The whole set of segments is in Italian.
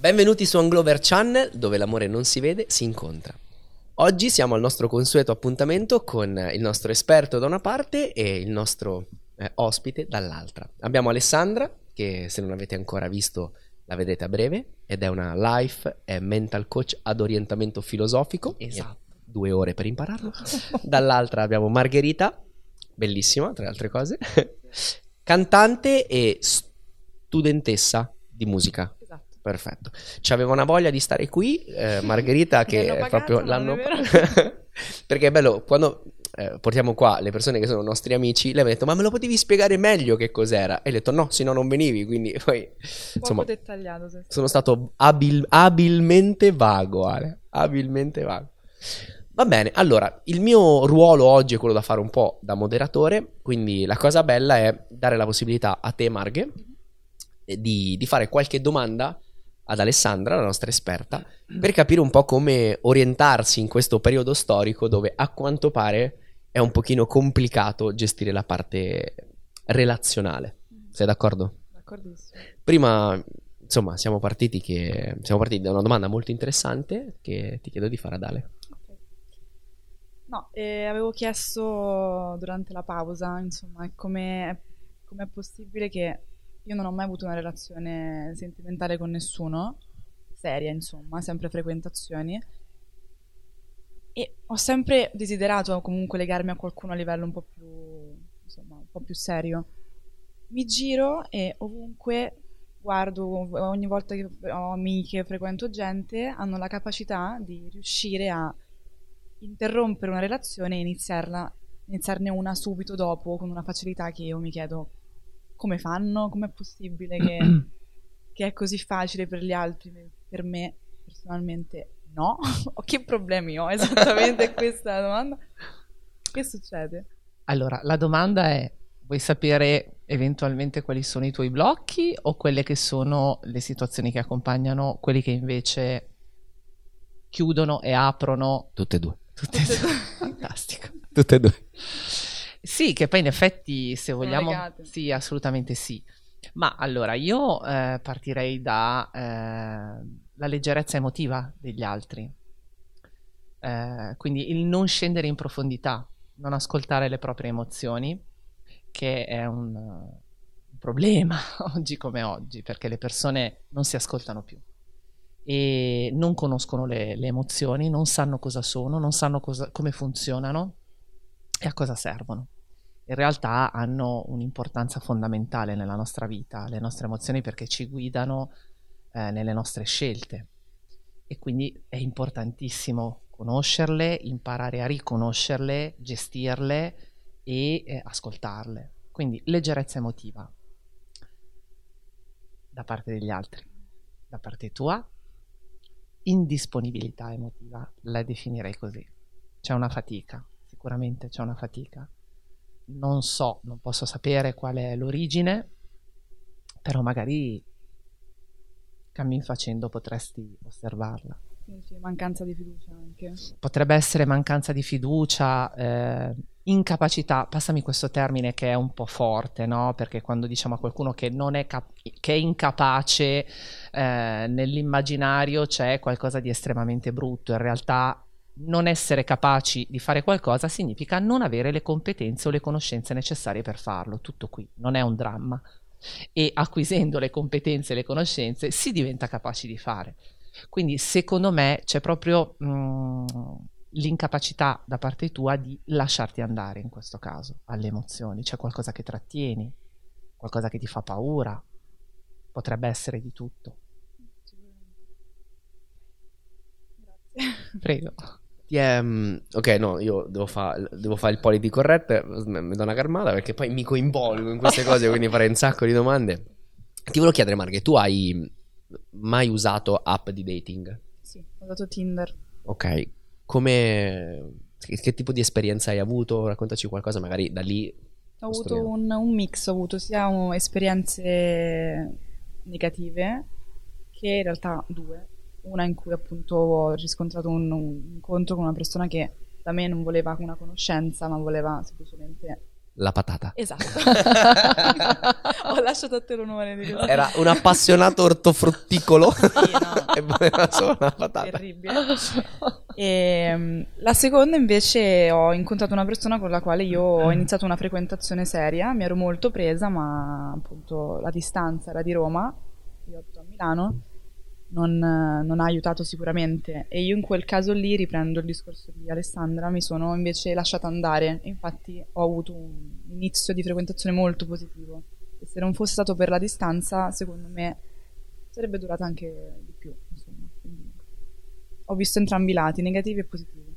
Benvenuti su Anglover Channel, dove l'amore non si vede, si incontra. Oggi siamo al nostro consueto appuntamento con il nostro esperto da una parte e il nostro ospite dall'altra. Abbiamo Alessandra, che se non avete ancora visto la vedrete a breve, ed è una life e mental coach ad orientamento filosofico. Esatto. 2 ore per impararlo. Dall'altra abbiamo Margherita, bellissima tra le altre cose, cantante e studentessa di musica. Esatto. Perfetto. C'aveva una voglia di stare qui, Margherita, che L'hanno è proprio pagato, l'anno non è vero? perché è bello quando portiamo qua le persone che sono nostri amici, lei mi ha detto "Ma me lo potevi spiegare meglio che cos'era?" E ho detto "No, se no non venivi", quindi poi insomma Poco dettagliato. sono stato abilmente vago, Ale, abilmente vago. Va bene, allora, il mio ruolo oggi è quello da fare un po' da moderatore, quindi la cosa bella è dare la possibilità a te, Marghe, di fare qualche domanda ad Alessandra, la nostra esperta, per capire un po' come orientarsi in questo periodo storico dove a quanto pare è un pochino complicato gestire la parte relazionale. Sei d'accordo? D'accordissimo. Prima, insomma, siamo partiti da una domanda molto interessante che ti chiedo di fare ad Ale. Ok. No, avevo chiesto durante la pausa, insomma, com'è possibile che io non ho mai avuto una relazione sentimentale con nessuno, seria, insomma, sempre frequentazioni, e ho sempre desiderato comunque legarmi a qualcuno a livello un po' più, insomma, un po' più serio. Mi giro e ovunque guardo, ogni volta che ho amiche, frequento gente, hanno la capacità di riuscire a interrompere una relazione e iniziarne una subito dopo con una facilità che io mi chiedo come fanno, com'è possibile che è così facile per gli altri, per me personalmente no. Che problemi ho esattamente questa domanda? Che succede? Allora, la domanda è: vuoi sapere eventualmente quali sono i tuoi blocchi o quelle che sono le situazioni che accompagnano quelli che invece chiudono e aprono? Tutte e due. Tutte e due. Fantastico. Tutte e due. Sì, che poi in effetti, se Sono vogliamo, legate. sì, assolutamente sì. Ma allora, io partirei da la leggerezza emotiva degli altri. Quindi il non scendere in profondità, non ascoltare le proprie emozioni, che è un problema oggi come oggi, perché le persone non si ascoltano più e non conoscono le emozioni, non sanno cosa sono, non sanno come funzionano e a cosa servono. In realtà hanno un'importanza fondamentale nella nostra vita, le nostre emozioni, perché ci guidano nelle nostre scelte, e quindi è importantissimo conoscerle, imparare a riconoscerle, gestirle e ascoltarle. Quindi leggerezza emotiva da parte degli altri, da parte tua, indisponibilità emotiva, la definirei così. C'è una fatica, sicuramente c'è una fatica. Non posso sapere qual è l'origine, però magari cammin facendo potresti osservarla. Sì, mancanza di fiducia anche. Potrebbe essere mancanza di fiducia, incapacità, passami questo termine che è un po' forte, no? Perché quando diciamo a qualcuno che non è che è incapace, nell'immaginario c'è qualcosa di estremamente brutto. In realtà non essere capaci di fare qualcosa significa non avere le competenze o le conoscenze necessarie per farlo. Tutto qui, non è un dramma. E acquisendo le competenze e le conoscenze si diventa capaci di fare. Quindi secondo me c'è proprio l'incapacità da parte tua di lasciarti andare in questo caso alle emozioni. C'è qualcosa che trattieni, qualcosa che ti fa paura, potrebbe essere di tutto. Grazie. Prego. Ok, no, io devo fare il politically correct, mi do una carmata perché poi mi coinvolgo in queste cose, quindi farei un sacco di domande. Ti volevo chiedere, Marghe, tu hai mai usato app di dating? Sì, ho usato Tinder. Ok, che tipo di esperienza hai avuto? Raccontaci qualcosa, magari da lì. Ho avuto un mix, ho avuto sia esperienze negative che in realtà due. Una in cui appunto ho riscontrato un incontro con una persona che da me non voleva una conoscenza, ma voleva semplicemente La patata. Esatto. Ho lasciato a te l'onore di questo. Era un appassionato ortofrutticolo. Sì, no. E voleva solo una patata. Terribile. La seconda invece ho incontrato una persona con la quale io ho iniziato una frequentazione seria, mi ero molto presa, ma appunto la distanza era di Roma, io abito a Milano, non ha aiutato sicuramente, e io in quel caso lì, riprendo il discorso di Alessandra, mi sono invece lasciata andare, infatti ho avuto un inizio di frequentazione molto positivo, e se non fosse stato per la distanza secondo me sarebbe durata anche di più, insomma. Quindi ho visto entrambi i lati, negativi e positivi.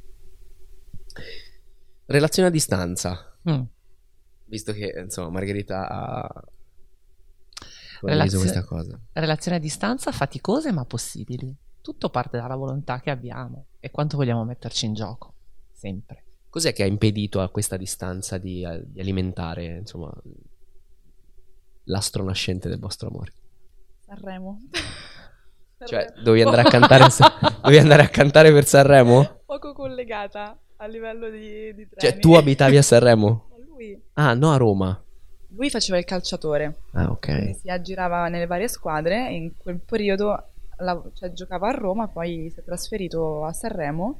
Relazione a distanza. Mm. Visto che, insomma, Margherita ha condiviso questa cosa. Relazioni a distanza faticose ma possibili. Tutto parte dalla volontà che abbiamo e quanto vogliamo metterci in gioco, sempre. Cos'è che ha impedito a questa distanza di alimentare, insomma, l'astro nascente del vostro amore? Sanremo. Cioè, dovevi andare a cantare per Sanremo? Poco collegata a livello di treni. Cioè, tu abitavi a Sanremo? Ma lui Ah, no, a Roma. faceva il calciatore, Ah, ok. si aggirava nelle varie squadre e in quel periodo cioè, giocava a Roma, poi si è trasferito a Sanremo.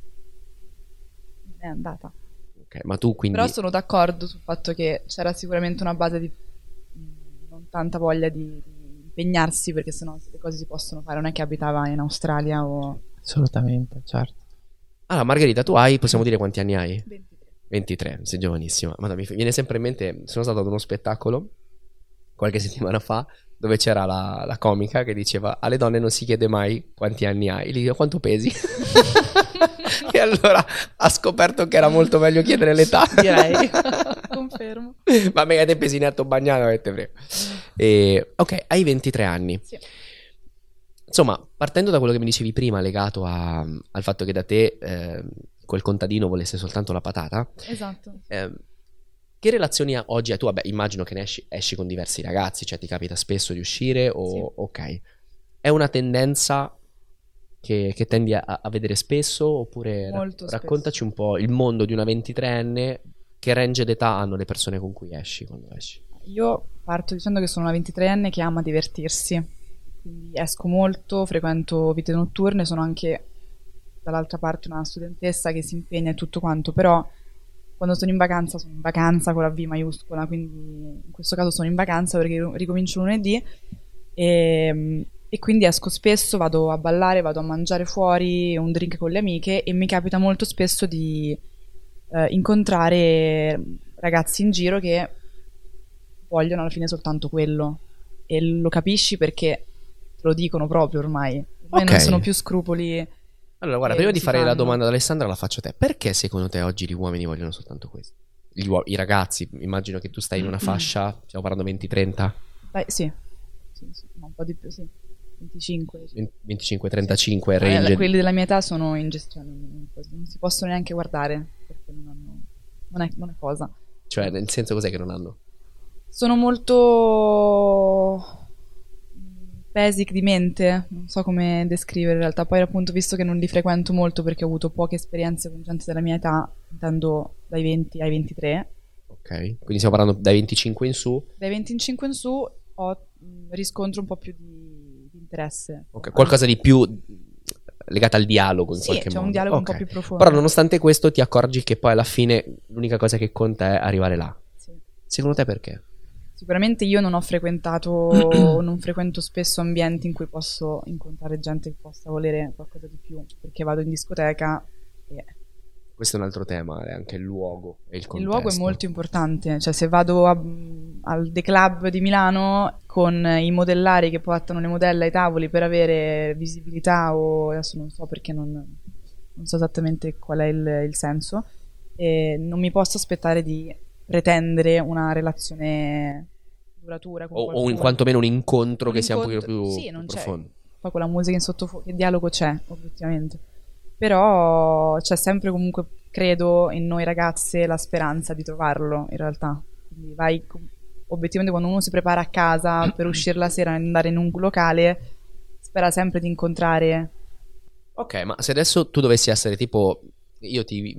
È andata. Ok, ma tu quindi... Però sono d'accordo sul fatto che c'era sicuramente una base di non tanta voglia di impegnarsi, perché sennò le cose si possono fare, non è che abitava in Australia o... Assolutamente, certo. Allora, Margherita, tu possiamo dire quanti anni hai? 23. 23, sei giovanissima. Madonna, mi viene sempre in mente, sono stato ad uno spettacolo qualche settimana fa dove c'era la comica che diceva: alle donne non si chiede mai quanti anni hai, gli dico quanto pesi. E allora ha scoperto che era molto meglio chiedere l'età. Direi. Confermo. Ma mega te pesi netto bagnato, avete frega. Ok, hai 23 anni. Sì. Insomma, partendo da quello che mi dicevi prima, legato al fatto che da te quel contadino volesse soltanto la patata, Esatto. che relazioni oggi hai tu? Vabbè, immagino che ne esci con diversi ragazzi, cioè ti capita spesso di uscire o... Sì. Ok. È una tendenza che tendi a vedere spesso, oppure Molto raccontaci un po' il mondo di una 23enne, che range d'età hanno le persone con cui esci, quando esci? Io parto dicendo che sono una 23enne che ama divertirsi, quindi esco molto, frequento vite notturne, sono anche dall'altra parte una studentessa che si impegna e tutto quanto, però quando sono in vacanza con la V maiuscola, quindi in questo caso sono in vacanza perché ricomincio lunedì e quindi esco spesso, vado a ballare, vado a mangiare fuori, un drink con le amiche, e mi capita molto spesso di incontrare ragazzi in giro che vogliono alla fine soltanto quello, e lo capisci perché te lo dicono proprio ormai Ok. non sono più scrupoli. Allora, guarda, che prima di si fare la fanno. domanda ad Alessandra, la faccio a te. Perché secondo te oggi gli uomini vogliono soltanto questo? I ragazzi, immagino che tu stai in una fascia, stiamo parlando 20-30, Beh, sì, no, un po' di più, sì. 25. Sì. 25-35 range. Quelli della mia età sono in gestione, non si possono neanche guardare perché non è cosa. Cioè, nel senso, cos'è che non hanno? Sono molto basic di mente, non so come descrivere in realtà. Poi appunto, visto che non li frequento molto perché ho avuto poche esperienze con gente della mia età, intendo dai 20 ai 23. Ok, quindi stiamo parlando dai 25 in su. Dai 25 in su riscontro un po' più di interesse. Ok, qualcosa di più legato al dialogo in Sì, qualche c'è modo. un dialogo un po' Ok. più profondo. Però nonostante questo ti accorgi che poi alla fine l'unica cosa che conta è arrivare là. Sì. Secondo te perché? Sicuramente io non ho frequentato, non frequento spesso ambienti in cui posso incontrare gente che possa volere qualcosa di più, perché vado in discoteca e Questo è un altro tema, è anche il luogo e il il contesto. luogo è molto importante. Cioè, se vado al The Club di Milano con i modellari che portano le modelle ai tavoli per avere visibilità, o adesso non so perché non so esattamente qual è il senso, e non mi posso aspettare di pretendere una relazione duratura con O qualcuno. quantomeno un incontro Un che sia un pochino incontro- più, sì, più non c'è. profondo. Poi con la musica in sottofondo, che dialogo c'è, obiettivamente. Però c'è sempre comunque, credo, in noi ragazze la speranza di trovarlo, in realtà. Quindi obiettivamente quando uno si prepara a casa per uscire la sera e andare in un locale, spera sempre di incontrare... Ok, ma se adesso tu dovessi essere tipo, io ti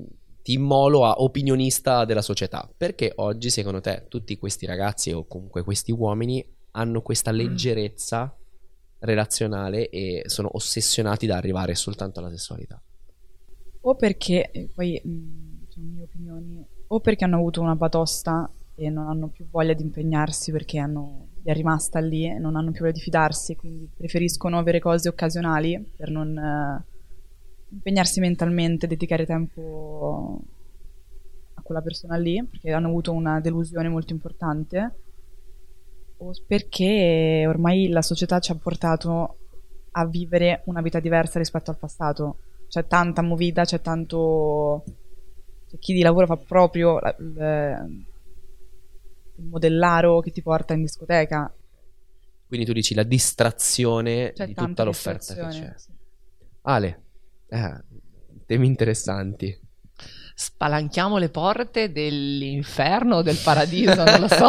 ti immolo a opinionista della società. Perché oggi, secondo te, tutti questi ragazzi o comunque questi uomini hanno questa leggerezza relazionale e sono ossessionati da arrivare soltanto alla sessualità? O perché, poi sono mie opinioni, o perché hanno avuto una batosta e non hanno più voglia di impegnarsi perché gli è rimasta lì e non hanno più voglia di fidarsi, quindi preferiscono avere cose occasionali per non impegnarsi mentalmente, dedicare tempo a quella persona lì, perché hanno avuto una delusione molto importante, o perché ormai la società ci ha portato a vivere una vita diversa rispetto al passato. C'è tanta movida, c'è tanto... C'è chi di lavoro fa proprio il modellaro che ti porta in discoteca. Quindi tu dici la distrazione C'è di tanta tutta l'offerta che c'è. distrazione, sì. Ale, temi interessanti. Spalanchiamo le porte dell'inferno o del paradiso, non lo so.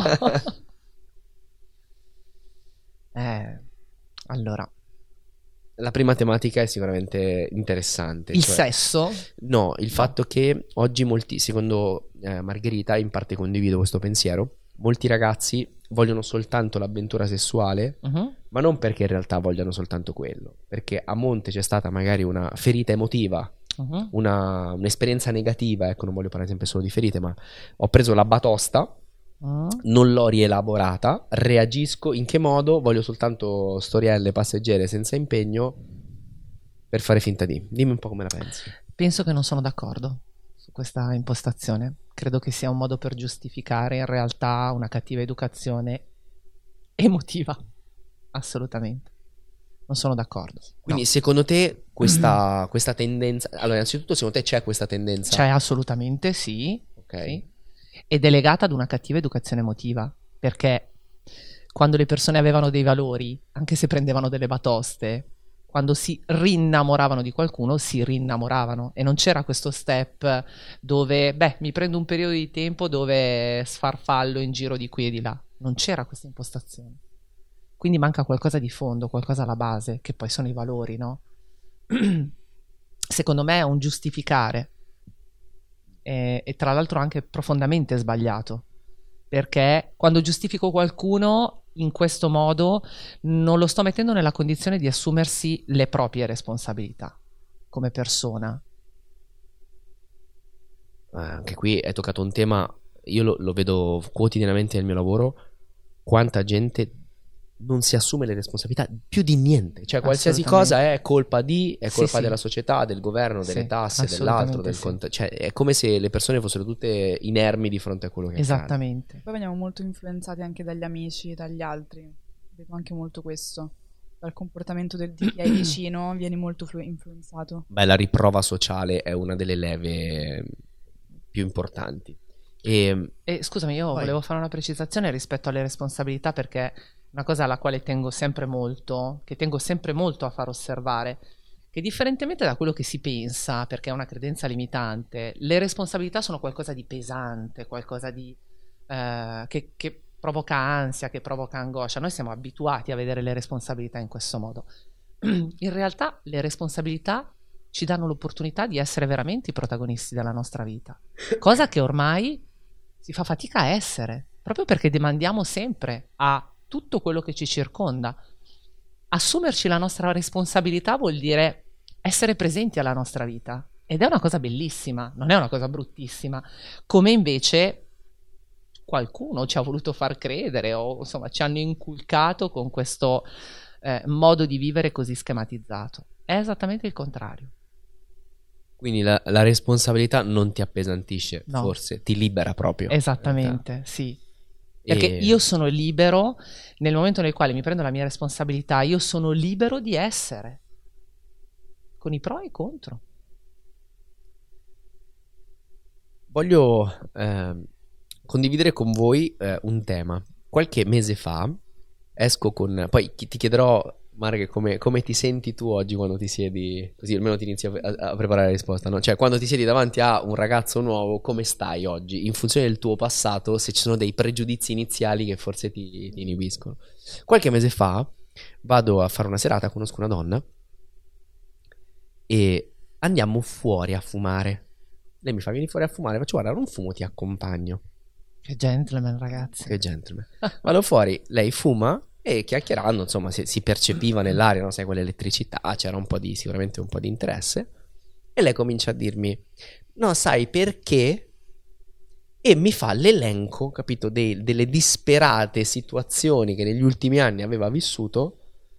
Allora, La prima tematica è sicuramente interessante. il cioè- sesso? No, il fatto che oggi molti, secondo Margherita, in parte condivido questo pensiero, molti ragazzi vogliono soltanto l'avventura sessuale, Mhm. ma non perché in realtà vogliano soltanto quello, perché a monte c'è stata magari una ferita emotiva, Mhm. un'esperienza negativa, ecco, non voglio parlare sempre solo di ferite, ma ho preso la batosta, Mm. non l'ho rielaborata, reagisco in che modo, voglio soltanto storielle passeggere senza impegno per fare finta di. Dimmi un po' come la pensi. Penso che non sono d'accordo su questa impostazione. Credo che sia un modo per giustificare in realtà una cattiva educazione emotiva. Assolutamente. Non sono d'accordo. Quindi No. secondo te questa tendenza, allora innanzitutto secondo te c'è questa tendenza? C'è assolutamente, sì. Ok. Sì. Ed è legata ad una cattiva educazione emotiva, perché quando le persone avevano dei valori, anche se prendevano delle batoste, quando si rinnamoravano di qualcuno, si rinnamoravano e non c'era questo step dove, mi prendo un periodo di tempo dove sfarfallo in giro di qui e di là. Non c'era questa impostazione. Quindi manca qualcosa di fondo, qualcosa alla base, che poi sono i valori, no? Secondo me è un giustificare e tra l'altro anche profondamente sbagliato, perché quando giustifico qualcuno in questo modo non lo sto mettendo nella condizione di assumersi le proprie responsabilità come persona. Anche qui hai toccato un tema, io lo vedo quotidianamente nel mio lavoro, quanta gente non si assume le responsabilità più di niente, cioè qualsiasi cosa è colpa Sì, della società, del governo, delle Sì, tasse, dell'altro, assolutamente sì. cioè è come se le persone fossero tutte inermi di fronte a quello che accade. Esattamente. Poi veniamo molto influenzati anche dagli amici, dagli altri. Vedo anche molto questo. Dal comportamento di chi hai vicino vieni molto influenzato. Beh, la riprova sociale è una delle leve più importanti. E Scusami, io Vai. volevo fare una precisazione rispetto alle responsabilità, perché una cosa alla quale tengo sempre molto, che tengo sempre molto a far osservare, che differentemente da quello che si pensa, perché è una credenza limitante, le responsabilità sono qualcosa di pesante, qualcosa di che provoca ansia, che provoca angoscia. Noi siamo abituati a vedere le responsabilità in questo modo. In realtà le responsabilità ci danno l'opportunità di essere veramente i protagonisti della nostra vita, cosa che ormai si fa fatica a essere, proprio perché demandiamo sempre a tutto quello che ci circonda. Assumerci la nostra responsabilità vuol dire essere presenti alla nostra vita, ed è una cosa bellissima, non è una cosa bruttissima, come invece qualcuno ci ha voluto far credere, o insomma ci hanno inculcato con questo modo di vivere così schematizzato. È esattamente il contrario. quindi la responsabilità non ti appesantisce, No. forse ti libera proprio. Esattamente, sì. Perché E- io sono libero, nel momento nel quale mi prendo la mia responsabilità, io sono libero di essere, con i pro e i contro. Voglio condividere con voi un tema. Qualche mese fa esco con... Poi ti chiederò, Marghe, come ti senti tu oggi quando ti siedi, così almeno ti inizi a preparare la risposta, no? Cioè quando ti siedi davanti a un ragazzo nuovo, come stai oggi? In funzione del tuo passato, se ci sono dei pregiudizi iniziali che forse ti inibiscono. Qualche mese fa vado a fare una serata, conosco una donna e andiamo fuori a fumare. Lei mi fa: vieni fuori a fumare. Faccio: guarda, non fumo, ti accompagno. Che gentleman, ragazzi. Che gentleman. Vado fuori, lei fuma e chiacchierando, insomma, si percepiva nell'aria, no? Sai, quell'elettricità, c'era sicuramente un po' di interesse. E lei comincia a dirmi: no, sai perché? E mi fa l'elenco, capito, delle disperate situazioni che negli ultimi anni aveva vissuto.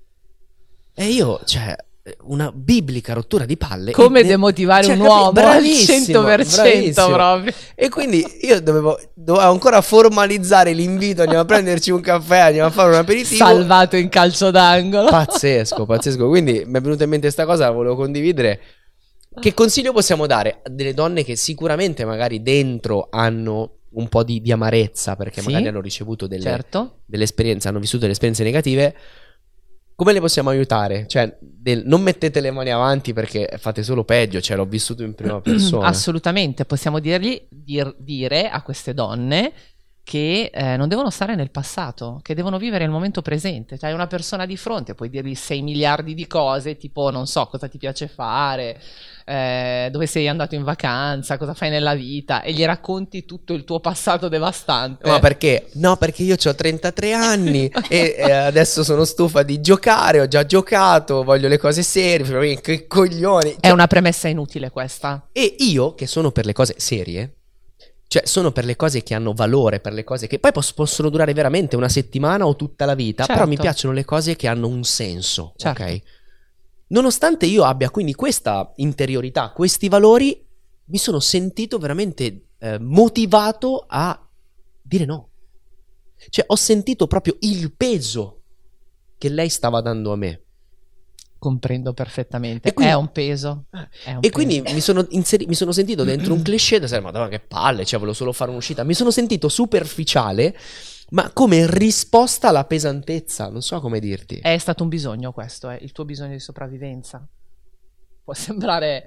E io, cioè, una biblica rottura di palle. Come demotivare un uomo al 100% bravissimo. proprio. E quindi io dovevo ancora formalizzare l'invito, andiamo a prenderci un caffè, andiamo a fare un aperitivo. Salvato in calcio d'angolo. Pazzesco. Quindi mi è venuta in mente questa cosa, la volevo condividere. Che consiglio possiamo dare a delle donne che sicuramente magari dentro hanno un po' di amarezza, perché Sì, magari hanno ricevuto certo. delle esperienze, hanno vissuto delle esperienze negative? Come le possiamo aiutare? Cioè, non mettete le mani avanti perché fate solo peggio, cioè l'ho vissuto in prima persona. Assolutamente, possiamo dire a queste donne che non devono stare nel passato, che devono vivere il momento presente. Cioè, hai una persona di fronte, puoi dirgli 6 miliardi di cose, tipo, non so, cosa ti piace fare, dove sei andato in vacanza, cosa fai nella vita, e gli racconti tutto il tuo passato devastante. Ma perché? No, perché io ho 33 anni e adesso sono stufa di giocare, ho già giocato, voglio le cose serie, che coglioni. È una premessa inutile questa. E io, che sono per le cose serie, cioè sono per le cose che hanno valore, per le cose che poi possono durare veramente una settimana o tutta la vita, Certo. però mi piacciono le cose che hanno un senso, Certo. ok? Nonostante io abbia quindi questa interiorità, questi valori, mi sono sentito veramente motivato a dire no. Cioè ho sentito proprio il peso che lei stava dando a me. Comprendo perfettamente. E quindi- È un peso. È un E quindi peso. mi sono sentito dentro un cliché da dire: madonna, che palle, cioè volevo solo fare un'uscita. Mi sono sentito superficiale, ma come risposta alla pesantezza, non so come dirti. È stato un bisogno questo, il tuo bisogno di sopravvivenza. Può sembrare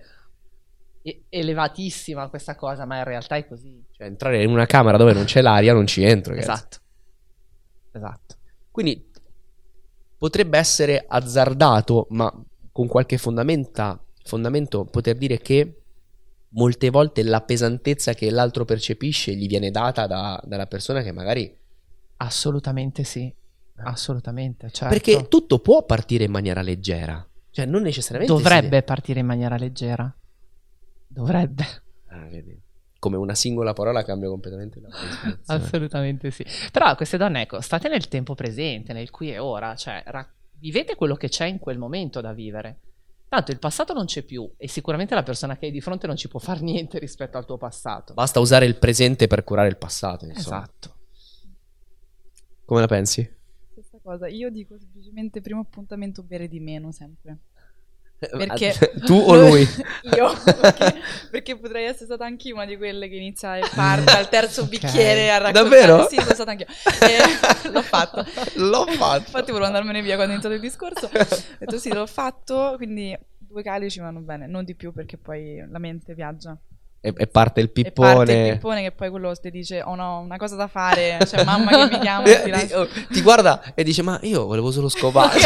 elevatissima questa cosa, ma in realtà è così. Cioè entrare in una camera dove non c'è l'aria non ci entro, ragazzi. Esatto. Quindi potrebbe essere azzardato, ma con qualche fondamento poter dire che molte volte la pesantezza che l'altro percepisce gli viene data dalla persona che magari... Assolutamente sì. Assolutamente, certo. Perché tutto può partire in maniera leggera. Cioè non necessariamente... Dovrebbe partire in maniera leggera. Dovrebbe. Vedi. Come una singola parola cambia completamente la percezione. Assolutamente sì. Però queste donne, ecco, state nel tempo presente, nel qui e ora, cioè vivete quello che c'è in quel momento da vivere. Tanto il passato non c'è più e sicuramente la persona che hai di fronte non ci può fare niente rispetto al tuo passato. Basta usare il presente per curare il passato, insomma. Esatto. Come la pensi? Stessa cosa, io dico semplicemente primo appuntamento bere di meno sempre. Perché Tu o lui? Io, perché potrei essere stata anch'io una di quelle che inizia e parte al terzo Ok. bicchiere a raccontare. Davvero? Sì, sono stata anch'io. L'ho fatto. L'ho fatto. Infatti volevo andarmene via quando è iniziato il discorso. Ho detto sì, l'ho fatto, quindi 2 calici vanno bene, non di più perché poi la mente viaggia. E parte il E pippone. parte il pippone che poi quello ti dice oh no, una cosa da fare, c'è mamma che mi chiama e ti lascia. Ti guarda e dice: ma io volevo solo scopare.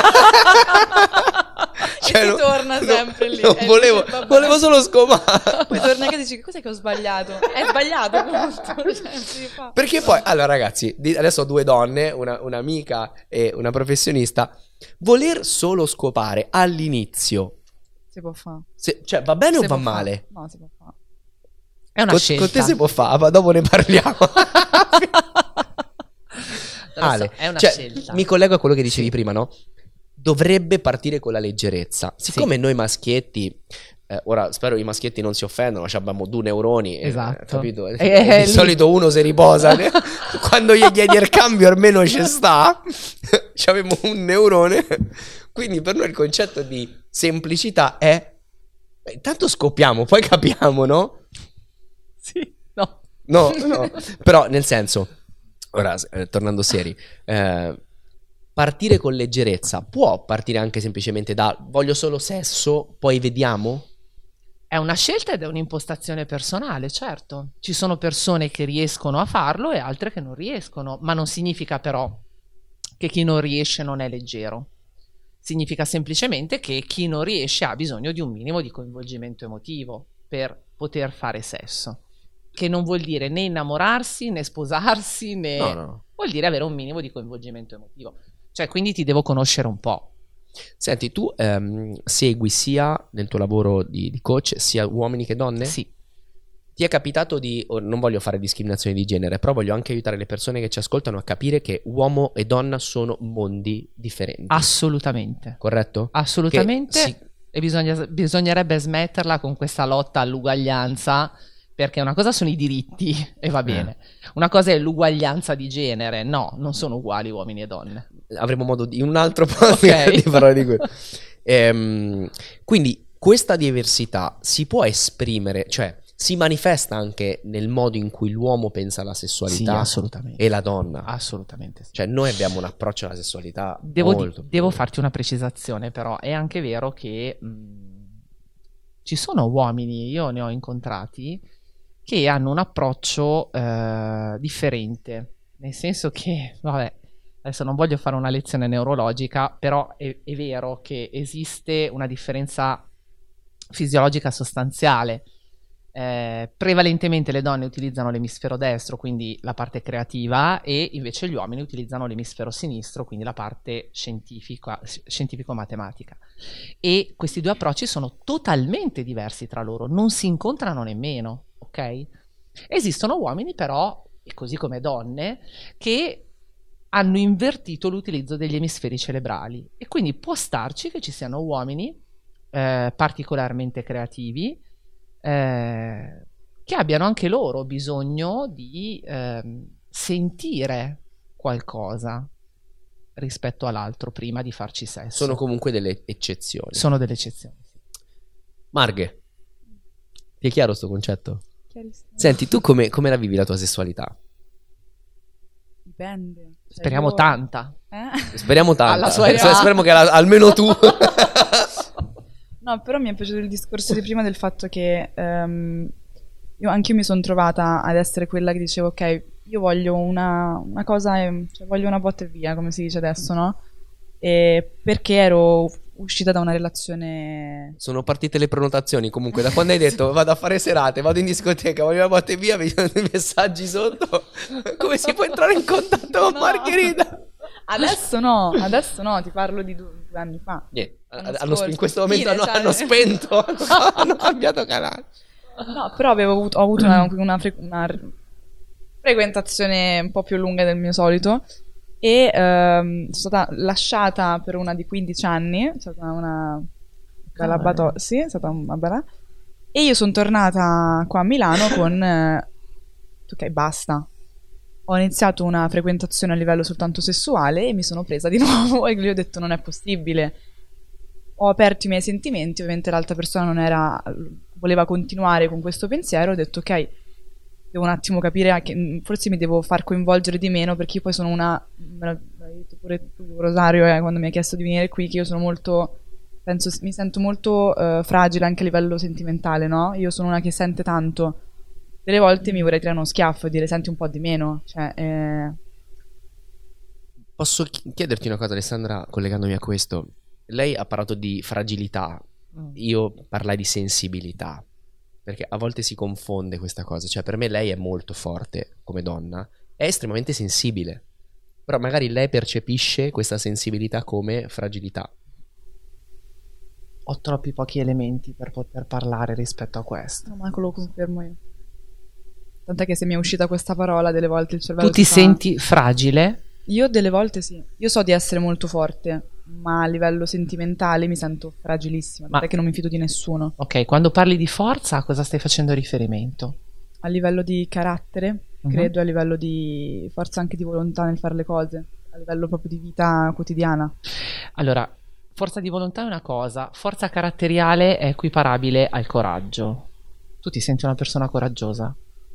E si torna sempre lì. Non volevo solo scopare. Poi torna che dici che cos'è che ho sbagliato? È sbagliato appunto. Cioè, si fa. Perché poi, allora ragazzi, adesso ho 2 donne, un'amica e una professionista. Voler solo scopare all'inizio, Si può fare. cioè va bene o Si va può fa'. male? No, si può fare. È una scelta. Con te si può fare, ma dopo ne parliamo. Non lo so, Ale, è una cioè, scelta. mi collego a quello che dicevi prima, no? Dovrebbe partire con la leggerezza. Siccome noi maschietti, ora spero i maschietti non si offendono, ci abbiamo 2 neuroni, Esatto. capito? Di lì. solito uno si riposa. Quando gli chiedi il cambio almeno ci sta. C'avevamo un neurone. Quindi per noi il concetto di semplicità è intanto scopriamo, poi capiamo, no? Sì, no. No, però nel senso, ora tornando seri, partire con leggerezza può partire anche semplicemente da voglio solo sesso, poi vediamo? È una scelta ed è un'impostazione personale, certo. Ci sono persone che riescono a farlo e altre che non riescono, ma non significa però che chi non riesce non è leggero. Significa semplicemente che chi non riesce ha bisogno di un minimo di coinvolgimento emotivo per poter fare sesso, che non vuol dire né innamorarsi né sposarsi né No. vuol dire avere un minimo di coinvolgimento emotivo, cioè quindi ti devo conoscere un po'. Senti, tu segui sia nel tuo lavoro di coach sia uomini che donne? Sì. Ti è capitato non voglio fare discriminazione di genere, però voglio anche aiutare le persone che ci ascoltano a capire che uomo e donna sono mondi differenti. Assolutamente. Corretto? Assolutamente. E bisognerebbe smetterla con questa lotta all'uguaglianza, perché una cosa sono i diritti e va bene, una cosa è l'uguaglianza di genere. No, non sono uguali uomini e donne. Avremo modo di un altro podcast di parlare di questo. Quindi questa diversità si può esprimere, cioè si manifesta anche nel modo in cui l'uomo pensa alla sessualità, sì, assolutamente. E la donna. Assolutamente sì. Cioè noi abbiamo un approccio alla sessualità devo farti una precisazione, però è anche vero che ci sono uomini, io ne ho incontrati, che hanno un approccio differente, nel senso che, vabbè, adesso non voglio fare una lezione neurologica, però è vero che esiste una differenza fisiologica sostanziale. Prevalentemente le donne utilizzano l'emisfero destro, quindi la parte creativa, e invece gli uomini utilizzano l'emisfero sinistro, quindi la parte scientifico-matematica. E questi due approcci sono totalmente diversi tra loro, non si incontrano nemmeno, ok? Esistono uomini però, e così come donne, che hanno invertito l'utilizzo degli emisferi cerebrali, e quindi può starci che ci siano uomini particolarmente creativi che abbiano anche loro bisogno di sentire qualcosa rispetto all'altro prima di farci sesso. Sono comunque delle eccezioni. Sono delle eccezioni. Marghe, ti è chiaro sto concetto? Chiarissimo. Senti, tu come la vivi la tua sessualità? Dipende. Cioè, Speriamo tanta. Speriamo tanta. Alla sua età. Speriamo che almeno tu. No, però mi è piaciuto il discorso di prima del fatto che anche io mi sono trovata ad essere quella che dicevo, ok, io voglio una cosa, cioè voglio una botta e via, come si dice adesso, no? E perché ero uscita da una relazione... Sono partite le prenotazioni comunque, da quando hai detto vado a fare serate, vado in discoteca, voglio una botta e via, mi sono dei messaggi sotto. Come si può entrare in contatto con Margherita? Adesso no, ti parlo di 2 anni fa. Niente, In questo momento hanno spento, hanno cambiato canale. No, però ho avuto una frequentazione un po' più lunga del mio solito e sono stata lasciata per una di 15 anni, è stata una bella sì, è stata una bella, e io sono tornata qua a Milano con ok, basta. Ho iniziato una frequentazione a livello soltanto sessuale e mi sono presa di nuovo e gli ho detto non è possibile. Ho aperto i miei sentimenti, ovviamente l'altra persona voleva continuare con questo pensiero, ho detto ok, devo un attimo capire che forse mi devo far coinvolgere di meno, perché io poi sono me l'hai detto pure tu, Rosario, quando mi hai chiesto di venire qui, che io sono molto, mi sento molto fragile anche a livello sentimentale, no? Io sono una che sente tanto. Delle volte mi vorrei tirare uno schiaffo e dire senti un po' di meno, cioè... Posso chiederti una cosa, Alessandra, collegandomi a questo? Lei ha parlato di fragilità, io parlai di sensibilità, perché a volte si confonde questa cosa. Cioè per me lei è molto forte come donna, è estremamente sensibile, però magari lei percepisce questa sensibilità come fragilità. Ho troppi pochi elementi per poter parlare rispetto a questo. No, ma lo confermo io. Tant'è che se mi è uscita questa parola delle volte il cervello tu ti senti fragile? Io delle volte sì. Io so di essere molto forte, ma a livello sentimentale mi sento fragilissima, perché non mi fido di nessuno. Ok, quando parli di forza a cosa stai facendo riferimento? A livello di carattere, credo, a livello di forza anche di volontà nel fare le cose, a livello proprio di vita quotidiana. Allora, forza di volontà è una cosa, forza caratteriale è equiparabile al coraggio. Tu ti senti una persona coraggiosa?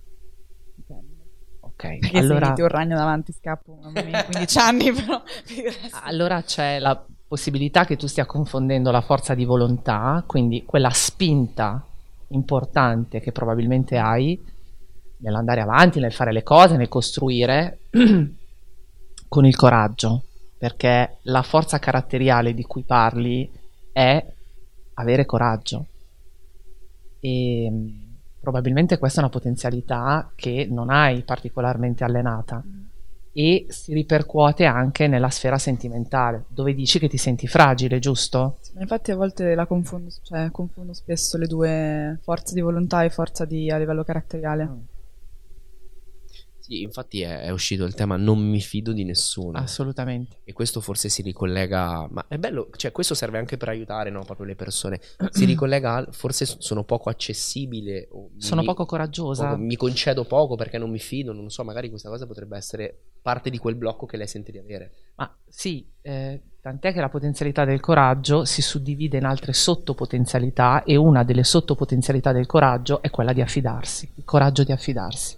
Ok, perché allora... se mi ti un ragno davanti scappo a 15 anni, però... Allora c'è la possibilità che tu stia confondendo la forza di volontà, quindi quella spinta importante che probabilmente hai nell'andare avanti, nel fare le cose, nel costruire, con il coraggio, perché la forza caratteriale di cui parli è avere coraggio. E probabilmente questa è una potenzialità che non hai particolarmente allenata e si ripercuote anche nella sfera sentimentale, dove dici che ti senti fragile, giusto? Sì, ma infatti a volte la confondo, cioè confondo spesso le due, forza di volontà e forza a livello caratteriale. Sì, infatti è uscito il tema non mi fido di nessuno. Assolutamente. E questo forse si ricollega, ma è bello, cioè questo serve anche per aiutare, no, proprio le persone. Si ricollega forse sono poco accessibile, Sono poco coraggiosa. mi concedo poco perché non mi fido, non so, magari questa cosa potrebbe essere parte di quel blocco che lei sente di avere. Ma sì, tant'è che la potenzialità del coraggio si suddivide in altre sottopotenzialità e una delle sottopotenzialità del coraggio è quella di affidarsi, il coraggio di affidarsi.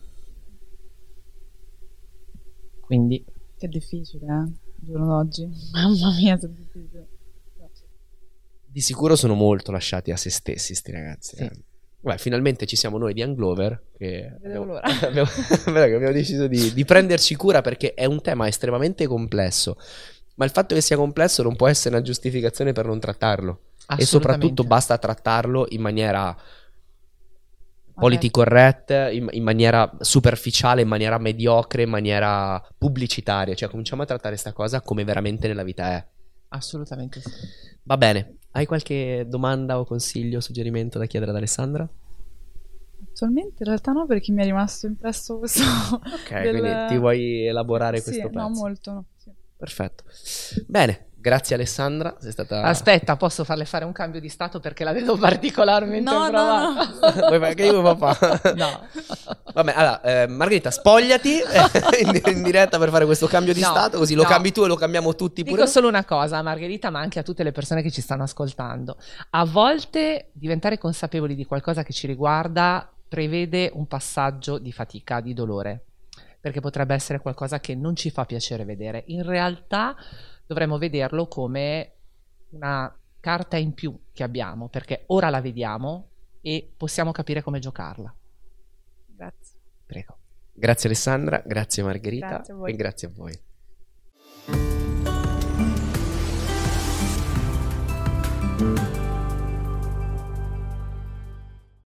Quindi Che è difficile, il giorno d'oggi. Mamma mia, che difficile. Di sicuro sono molto lasciati a se stessi sti ragazzi. Sì. Beh, finalmente ci siamo noi di Anglover che Vedevo l'ora. abbiamo deciso di prenderci cura perché è un tema estremamente complesso, ma il fatto che sia complesso non può essere una giustificazione per non trattarlo e soprattutto basta trattarlo in maniera politically correct, in maniera superficiale, in maniera mediocre, in maniera pubblicitaria, cioè cominciamo a trattare questa cosa come veramente nella vita è. assolutamente sì. Va bene, hai qualche domanda o consiglio, suggerimento da chiedere ad Alessandra? Attualmente in realtà no, perché mi è rimasto impresso questo Ok, quindi ti vuoi elaborare questo pezzo? No, molto, no. Sì. Perfetto. Bene, grazie Alessandra, sei stata... Aspetta, posso farle fare un cambio di stato perché la vedo particolarmente No, provata. Vuoi fare che io papà? No. Vabbè, allora, Margherita, spogliati in diretta per fare questo cambio di stato, così lo cambi tu e lo cambiamo tutti pure. Dico solo una cosa a Margherita, ma anche a tutte le persone che ci stanno ascoltando. A volte diventare consapevoli di qualcosa che ci riguarda prevede un passaggio di fatica, di dolore, perché potrebbe essere qualcosa che non ci fa piacere vedere. In realtà dovremmo vederlo come una carta in più che abbiamo, perché ora la vediamo e possiamo capire come giocarla. Grazie. Prego. Grazie Alessandra, grazie Margherita Grazie a voi. e grazie a voi.